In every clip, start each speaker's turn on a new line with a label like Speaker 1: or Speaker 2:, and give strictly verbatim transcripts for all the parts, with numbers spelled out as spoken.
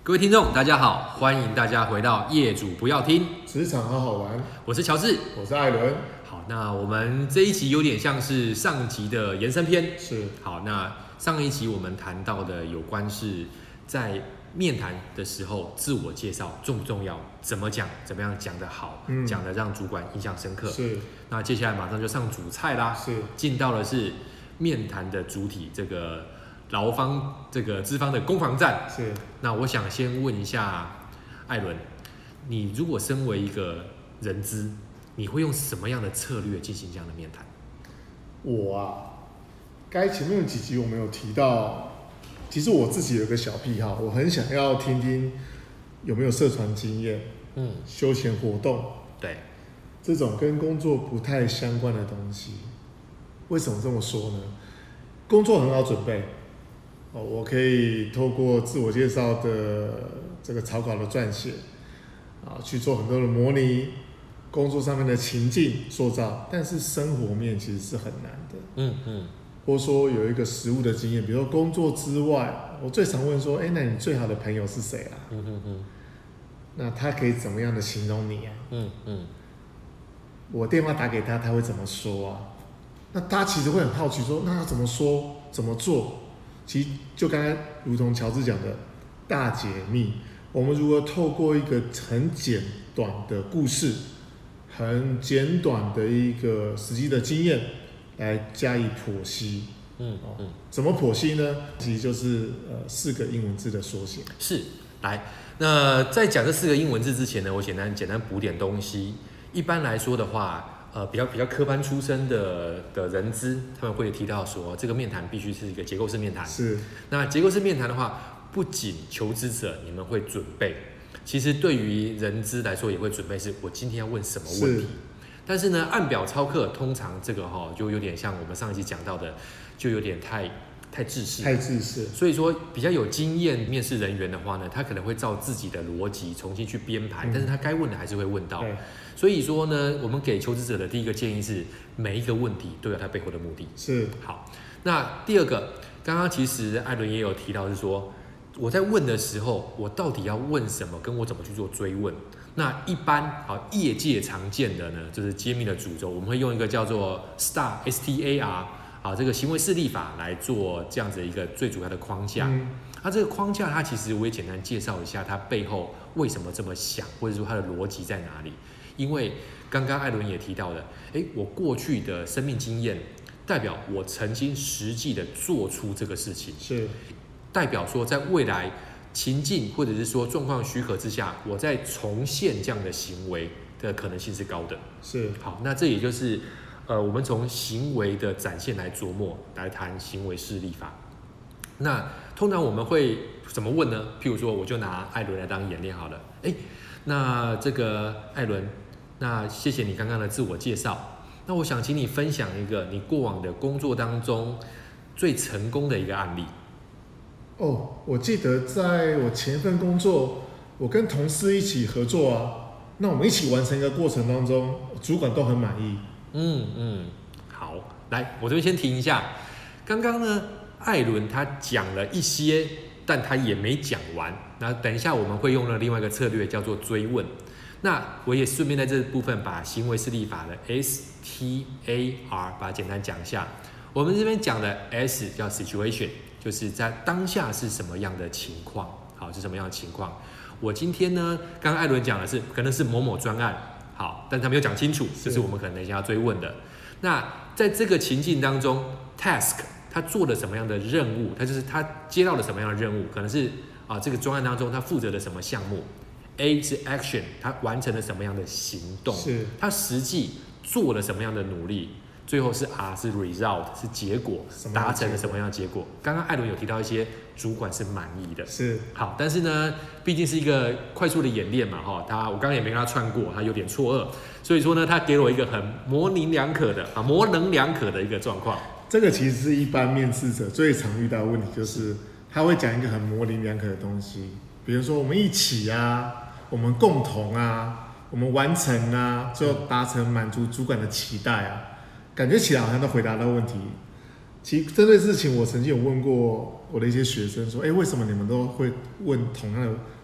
Speaker 1: 各位听众，大家好，欢迎大家回到业主不要听
Speaker 2: 职场好好玩，
Speaker 1: 我是乔治，
Speaker 2: 我是艾伦。
Speaker 1: 好，那我们这一集有点像是上一集的延伸篇。
Speaker 2: 是，
Speaker 1: 好，那上一集我们谈到的有关是在面谈的时候，自我介绍重不重要？怎么讲？怎么样讲得好？
Speaker 2: 嗯
Speaker 1: 讲得让主管印象深刻。
Speaker 2: 是，
Speaker 1: 那接下来马上就上主菜啦。
Speaker 2: 是，
Speaker 1: 进到的是面谈的主体，这个劳方这个资方的攻防战。
Speaker 2: 是。
Speaker 1: 那我想先问一下艾伦，你如果身为一个人资，你会用什么样的策略进行这样的面谈？
Speaker 2: 我啊，该前面几集我们有提到，其实我自己有一个小癖好，我很想要听听有没有社团经验，
Speaker 1: 嗯，
Speaker 2: 休闲活动，
Speaker 1: 对，
Speaker 2: 这种跟工作不太相关的东西。为什么这么说呢？工作很好准备，哦，我可以透过自我介绍的这个草稿的撰写，啊，去做很多的模拟，工作上面的情境塑造，但是生活面其实是很难的。
Speaker 1: 嗯嗯，
Speaker 2: 或者说有一个实务的经验，比如说工作之外，我最常问说，哎，那你最好的朋友是谁啊？
Speaker 1: 嗯嗯嗯，
Speaker 2: 那他可以怎么样的形容你啊？
Speaker 1: 嗯嗯，
Speaker 2: 我电话打给他，他会怎么说啊？那他其实会很好奇说，那他怎么说，怎么做？其实就刚才如同乔治讲的大解密，我们如何透过一个很简短的故事，很简短的一个实际的经验来加以剖析。
Speaker 1: 嗯嗯，
Speaker 2: 怎么剖析呢？其实就是呃四个英文字的缩写。
Speaker 1: 是，来，那在讲这四个英文字之前呢，我简单简单补点东西。一般来说的话，呃，比较比较科班出身的的人资，他们会提到说，这个面谈必须是一个结构式面谈。
Speaker 2: 是。
Speaker 1: 那结构式面谈的话，不仅求职者你们会准备，其实对于人资来说也会准备，是我今天要问什么问题。但是呢，按表操课，通常这个哈、哦、就有点像我们上一集讲到的，就有点太太制式，
Speaker 2: 太制式。
Speaker 1: 所以说，比较有经验面试人员的话呢，他可能会照自己的逻辑重新去编排，嗯、但是他该问的还是会问到。所以说呢，我们给求职者的第一个建议是，每一个问题都有它背后的目的。
Speaker 2: 是。
Speaker 1: 好，那第二个，刚刚其实艾伦也有提到，是说我在问的时候，我到底要问什么，跟我怎么去做追问。那一般好，业界常见的呢，就是揭秘的主轴，我们会用一个叫做 S T A R S T A R 啊这个行为示例法来做这样子一个最主要的框架。嗯，那这个框架，它其实我也简单介绍一下，它背后为什么这么想，或者说它的逻辑在哪里。因为刚刚艾伦也提到的，哎，我过去的生命经验，代表我曾经实际的做出这个事情，
Speaker 2: 是
Speaker 1: 代表说在未来情境或者是说状况许可之下，我再重现这样的行为的可能性是高的。
Speaker 2: 是。
Speaker 1: 好，那这也就是呃，我们从行为的展现来琢磨，来谈行为示例法。那通常我们会怎么问呢？譬如说，我就拿艾伦来当演练好了。哎，那这个艾伦，那谢谢你刚刚的自我介绍。那我想请你分享一个你过往的工作当中最成功的一个案例。
Speaker 2: 哦，我记得在我前一份工作，我跟同事一起合作啊，那我们一起完成一个过程当中，主管都很满意。
Speaker 1: 嗯嗯，好，来，我这边先停一下。刚刚呢，艾伦他讲了一些，但他也没讲完。那等一下我们会用了另外一个策略，叫做追问。那我也顺便在这部分把行为示例法的 S T A R 把它简单讲一下。我们这边讲的 S 叫 situation， 就是在当下是什么样的情况，好，是什么样的情况。我今天呢，刚刚艾伦讲的是可能是某某专案，好，但他没有讲清楚，这是我们可能等一下要追问的。那在这个情境当中 ，task 他做了什么样的任务，他就是他接到了什么样的任务，可能是啊这个专案当中他负责的什么项目。A 是 action， 他完成了什么样的行动，
Speaker 2: 是
Speaker 1: 他实际做了什么样的努力，最后是 R 是 result 是结果，达成了什么样的结果。刚刚艾伦有提到一些主管是满意的，
Speaker 2: 是
Speaker 1: 好，但是呢，毕竟是一个快速的演练嘛，哈，他我刚刚也没跟他串过，他有点错愕，所以说呢，他给了我一个很模棱两可的啊，模棱两可的一个状况。
Speaker 2: 这个其实是一般面试者最常遇到的问题，就是他会讲一个很模棱两可的东西，比如说我们一起啊，我们共同啊，我们完成啊，最后达成满足主管的期待啊，感觉起来好像都回答到问题。其实针对事情，我曾经有问过我的一些学生说，哎，为什么你们都会问同样的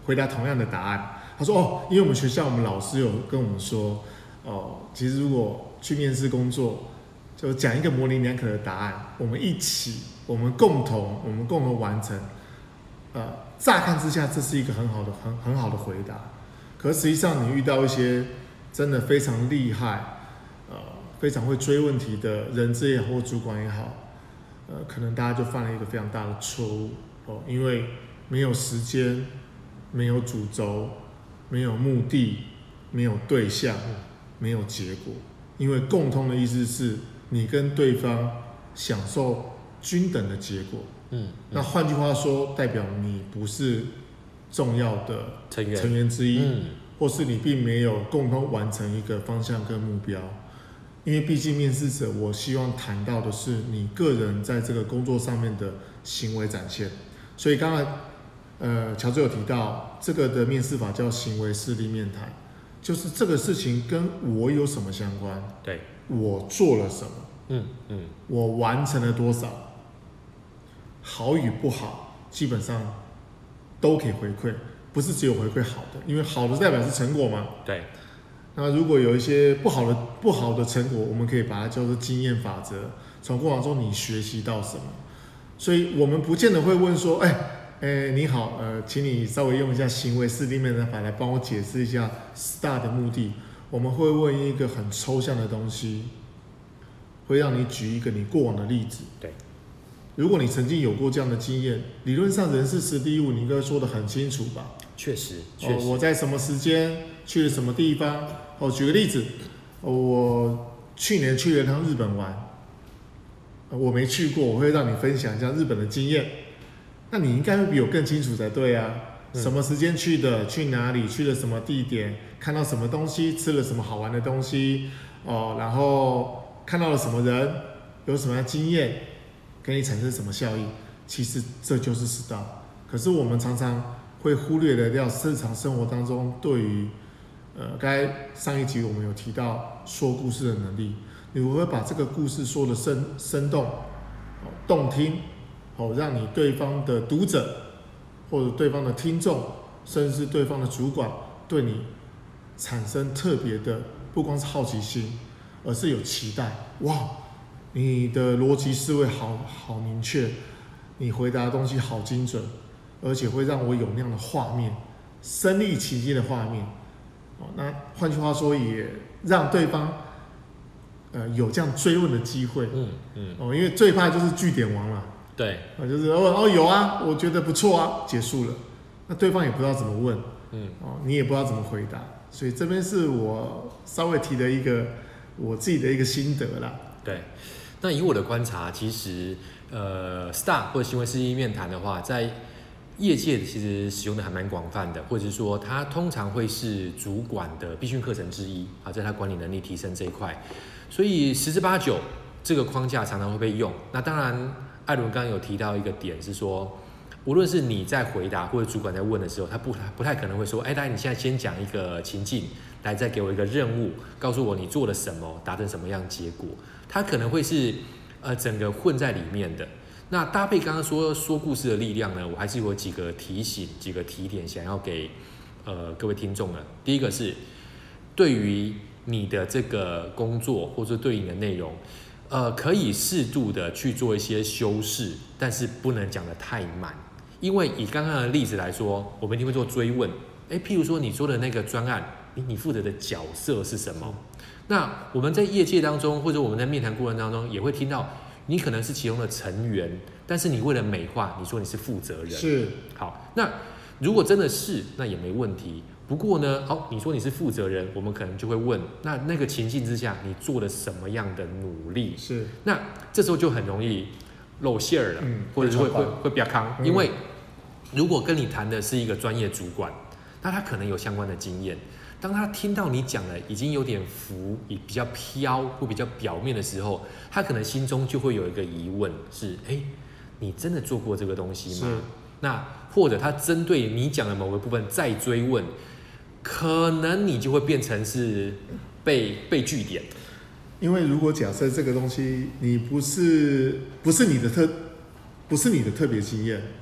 Speaker 2: 回答同样的答案。他说哦，因为我们学校我们老师有跟我们说，哦，其实如果去面试工作，就讲一个模棱两可的答案，我们一起，我们共同，我们共同完成。呃，乍看之下这是一个很好的、很很好的回答，可是实际上你遇到一些真的非常厉害，呃，非常会追问题的人资也好或主管也好，呃，可能大家就犯了一个非常大的错误哦，因为没有时间，没有主轴，没有目的，没有对象，没有结果，因为共通的意思是你跟对方享受均等的结果。嗯，那换句话说，代表你不是重要的成员成员之一，嗯，或是你并没有共同完成一个方向跟目标。因为毕竟面试者，我希望谈到的是你个人在这个工作上面的行为展现。所以刚才呃乔治有提到，这个的面试法叫行为势力面谈，就是这个事情跟我有什么相关？
Speaker 1: 对，
Speaker 2: 我做了什么？
Speaker 1: 嗯嗯，
Speaker 2: 我完成了多少？好与不好，基本上都可以回馈，不是只有回馈好的，因为好的代表是成果嘛。
Speaker 1: 对。
Speaker 2: 那如果有一些不好的不好的成果，我们可以把它叫做经验法则，从过程中你学习到什么。所以我们不见得会问说，哎、欸，哎，你好，呃，请你稍微用一下行为势力面谈法来帮我解释一下 S T A R 的目的。我们会问一个很抽象的东西，会让你举一个你过往的例子。
Speaker 1: 对。
Speaker 2: 如果你曾经有过这样的经验，理论上人事时地物你应该说得很清楚吧？
Speaker 1: 确实，确实、
Speaker 2: 哦。我在什么时间去了什么地方？哦，举个例子，哦、我去年去了一趟日本玩，呃、我没去过，我会让你分享一下日本的经验。那你应该会比我更清楚才对啊。嗯、什么时间去的？去哪里？去了什么地点？看到什么东西？吃了什么好玩的东西？哦，然后看到了什么人？有什么样的经验？给你产生什么效益？其实这就是 S T A R。可是我们常常会忽略了掉日常生活当中对于，呃，刚才上一集我们有提到说故事的能力，你如何把这个故事说的生生动、动听，好让你对方的读者或者对方的听众，甚至是对方的主管对你产生特别的，不光是好奇心，而是有期待。哇！你的逻辑思维好好明确，你回答的东西好精准，而且会让我有那样的画面，身临其境的画面。哦，那换句话说，也让对方呃有这样追问的机会。嗯嗯。哦，因为最怕就是句点王了。
Speaker 1: 对。
Speaker 2: 啊，就是哦哦有啊，我觉得不错啊，结束了。那对方也不知道怎么问。嗯。哦，你也不知道怎么回答，所以这边是我稍微提的一个我自己的一个心得啦。
Speaker 1: 对。那以我的观察，其实呃 S T A R 或者行为势力面谈的话，在业界其实使用的还蛮广泛的，或者是说它通常会是主管的必训课程之一啊，在他管理能力提升这一块，所以十之八九这个框架常常会被用。那当然，艾伦刚刚有提到一个点是说，无论是你在回答或者主管在问的时候，他不不太可能会说，哎，来你现在先讲一个情境，来再给我一个任务，告诉我你做了什么，达成什么样结果。它可能会是呃整个混在里面的。那搭配刚刚说说故事的力量呢，我还是有几个提醒、几个提点想要给呃各位听众的。第一个是对于你的这个工作或者对于你的内容，呃可以适度的去做一些修饰，但是不能讲得太满。因为以刚刚的例子来说，我们一定会做追问。哎，譬如说你说的那个专案，你你负责的角色是什么？那我们在业界当中，或者我们在面谈过程当中，也会听到你可能是其中的成员，但是你为了美化，你说你是负责人。
Speaker 2: 是。
Speaker 1: 好，那如果真的是，那也没问题。不过呢，好，你说你是负责人，我们可能就会问，那那个情境之下，你做了什么样的努力？
Speaker 2: 是。
Speaker 1: 那这时候就很容易露馅了，嗯、或者是会会会比较康，嗯、因为如果跟你谈的是一个专业主管，那他可能有相关的经验。当他听到你讲的已经有点浮，比较飘或比较表面的时候，他可能心中就会有一个疑问是：哎，你真的做过这个东西吗？那或者他针对你讲的某个部分再追问，可能你就会变成是被被据点。
Speaker 2: 因为如果假设这个东西你不是不是你的特不是你的特别经验，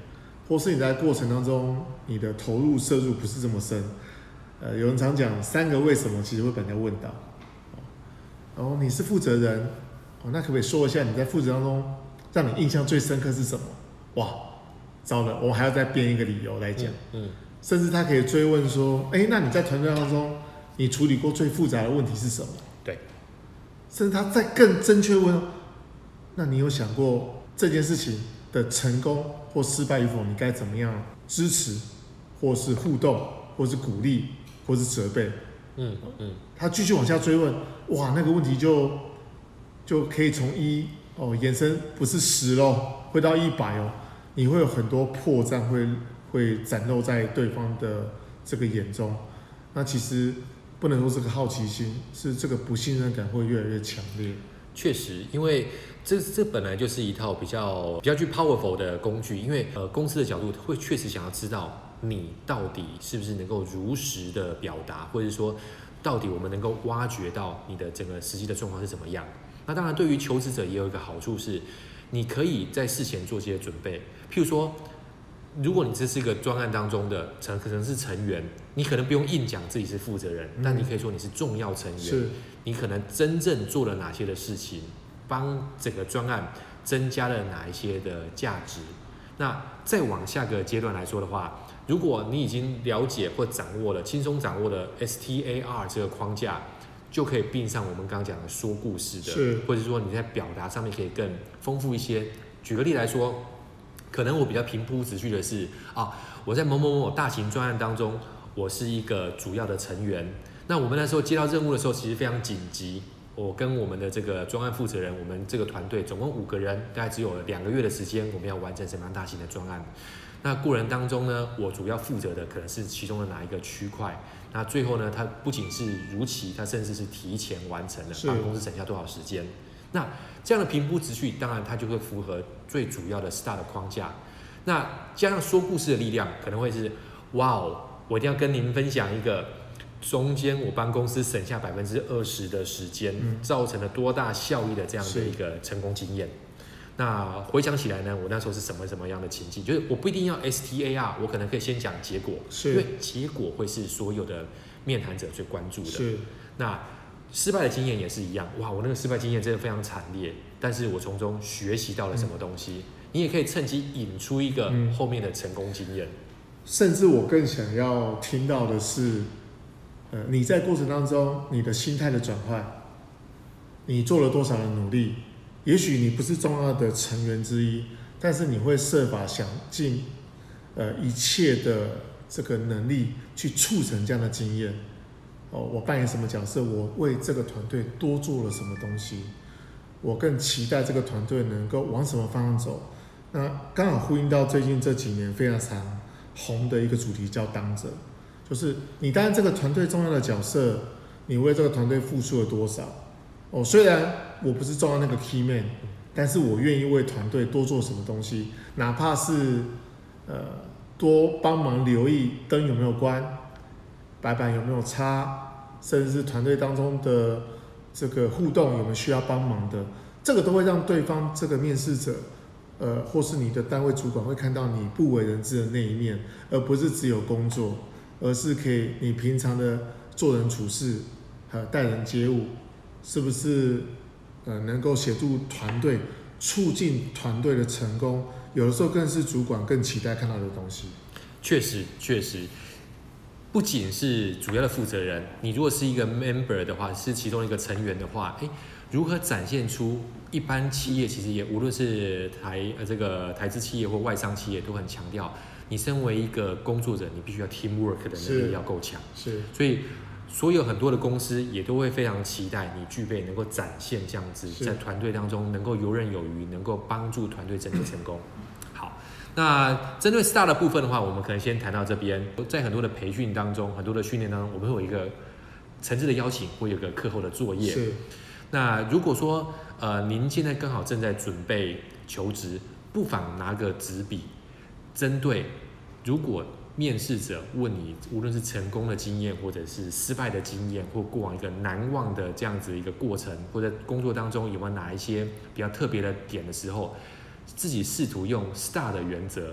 Speaker 2: 或是你在过程当中你的投入摄入不是这么深。呃，有人常讲三个为什么，其实会被人家问到。然后你是负责人，哦，那可不可以说一下你在负责当中让你印象最深刻是什么？哇，糟了，我还要再编一个理由来讲。嗯，嗯甚至他可以追问说，哎，那你在团队当中你处理过最复杂的问题是什么？
Speaker 1: 对，
Speaker 2: 甚至他再更正确问，那你有想过这件事情的成功或失败与否，你该怎么样支持，或是互动，或是鼓励，或是责备？嗯嗯，他继续往下追问，哇，那个问题就就可以从一哦延伸，不是十咯，会到一百哦，你会有很多破绽会会展露在对方的这个眼中。那其实不能说这个好奇心，是这个不信任感会越来越强烈。
Speaker 1: 确实，因为这这本来就是一套比较比较具 powerful 的工具，因为呃公司的角度会确实想要知道你到底是不是能够如实的表达，或者说到底我们能够挖掘到你的整个实际的状况是怎么样。那当然对于求职者也有一个好处是，你可以在事前做些准备，譬如说如果你这是一个专案当中的成可能是成员，你可能不用硬讲自己是负责人，嗯、但你可以说你是重要成员，你可能真正做了哪些的事情，帮整个专案增加了哪一些的价值。那再往下个阶段来说的话，如果你已经了解或掌握了轻松掌握了 S T A R 这个框架，就可以并上我们刚刚讲的说故事的，或者说你在表达上面可以更丰富一些。举个例来说，可能我比较平铺直叙的是啊，我在某某某大型专案当中，我是一个主要的成员。那我们那时候接到任务的时候，其实非常紧急。我跟我们的这个专案负责人，我们这个团队总共五个人，大概只有两个月的时间，我们要完成什么样大型的专案？那过程当中呢，我主要负责的可能是其中的哪一个区块？那最后呢，它不仅是如期，它甚至是提前完成了，帮公司省下多少时间？那这样的平铺直叙，当然它就会符合最主要的 S T A R 的框架。那加上说故事的力量，可能会是哇哦，我一定要跟您分享一个中间我帮公司省下百分之二十的时间，嗯、造成了多大效益的这样的一个成功经验。那回想起来呢，我那时候是什么什么样的情境？就是我不一定要 S T A R， 我可能可以先讲结果，因为结果会是所有的面谈者最关注的。
Speaker 2: 是
Speaker 1: 那失败的经验也是一样，哇，我那个失败经验真的非常惨烈，但是我从中学习到了什么东西？嗯、你也可以趁机引出一个后面的成功经验。嗯、
Speaker 2: 甚至我更想要听到的是，呃，你在过程当中你的心态的转换，你做了多少的努力？也许你不是重要的成员之一，但是你会设法想尽呃一切的这个能力去促成这样的经验。哦，我扮演什么角色？我为这个团队多做了什么东西？我更期待这个团队能够往什么方向走？那刚好呼应到最近这几年非常常红的一个主题，叫当者，就是你担任这个团队重要的角色，你为这个团队付出了多少？哦，虽然我不是重要那个 key man， 但是我愿意为团队多做什么东西，哪怕是呃多帮忙留意灯有没有关。白板有没有擦，甚至是团队当中的这个互动有没有需要帮忙的，这个都会让对方这个面试者，呃，或是你的单位主管会看到你不为人知的那一面，而不是只有工作，而是可以你平常的做人处事，还有待人接物，是不是呃能够协助团队，促进团队的成功？有的时候更是主管更期待看到的东西。
Speaker 1: 确实，确实。不仅是主要的负责人，你如果是一个 member 的话，是其中一个成员的话，哎，如何展现出一般企业其实也无论是台呃这个台资企业或外商企业都很强调，你身为一个工作者，你必须要 teamwork 的能力要够强。
Speaker 2: 是，
Speaker 1: 所以所有很多的公司也都会非常期待你具备能够展现这样子，在团队当中能够游刃有余，能够帮助团队整体成功。好。那针对 S T A R 的部分的话，我们可能先谈到这边。在很多的培训当中，很多的训练当中，我们会有一个诚挚的邀请，会有个课后的作业。
Speaker 2: 是。
Speaker 1: 那如果说呃您现在刚好正在准备求职，不妨拿个纸笔，针对如果面试者问你，无论是成功的经验，或者是失败的经验，或过往一个难忘的这样子一个过程，或者工作当中有没有哪一些比较特别的点的时候，自己试图用 S T A R 的原则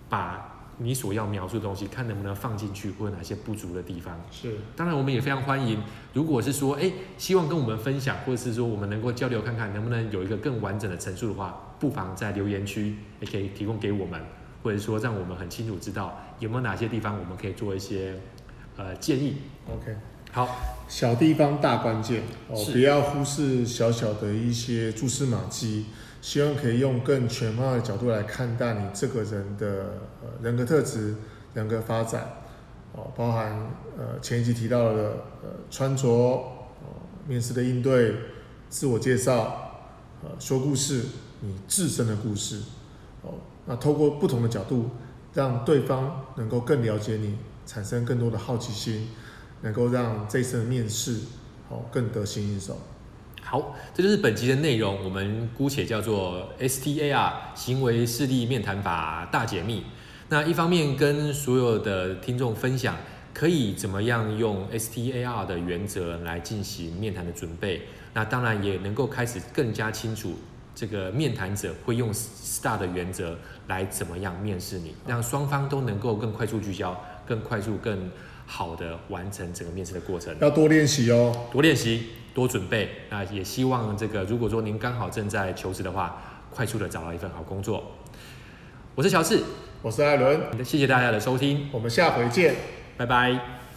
Speaker 1: 把你所要描述的东西，看能不能放进去，或者哪些不足的地方。
Speaker 2: 是，
Speaker 1: 当然我们也非常欢迎，如果是说，哎，希望跟我们分享，或者是说我们能够交流看看，能不能有一个更完整的陈述的话，不妨在留言区也可以提供给我们，或者说让我们很清楚知道有没有哪些地方我们可以做一些呃建议。
Speaker 2: OK，
Speaker 1: 好，
Speaker 2: 小地方大关键哦，
Speaker 1: 是
Speaker 2: 不要忽视小小的一些蛛丝马迹。希望可以用更全貌的角度来看待你这个人的呃人格特质、人格发展，哦，包含呃前一集提到的呃穿着、哦面试的应对、自我介绍、呃说故事，你自身的故事，哦，那透过不同的角度，让对方能够更了解你，产生更多的好奇心，能够让这一次的面试哦更得心应手。
Speaker 1: 好，这就是本集的内容，我们姑且叫做 S T A R 行为示例面谈法大解密。那一方面跟所有的听众分享，可以怎么样用 S T A R 的原则来进行面谈的准备。那当然也能够开始更加清楚，这个面谈者会用 S T A R 的原则来怎么样面试你，让双方都能够更快速聚焦，更快速、更好的完成整个面试的过程。
Speaker 2: 要多练习哦，
Speaker 1: 多练习。多准备，那也希望这个，如果说您刚好正在求职的话，快速的找到一份好工作。我是乔治，
Speaker 2: 我是艾伦，
Speaker 1: 谢谢大家的收听，
Speaker 2: 我们下回见，
Speaker 1: 拜拜。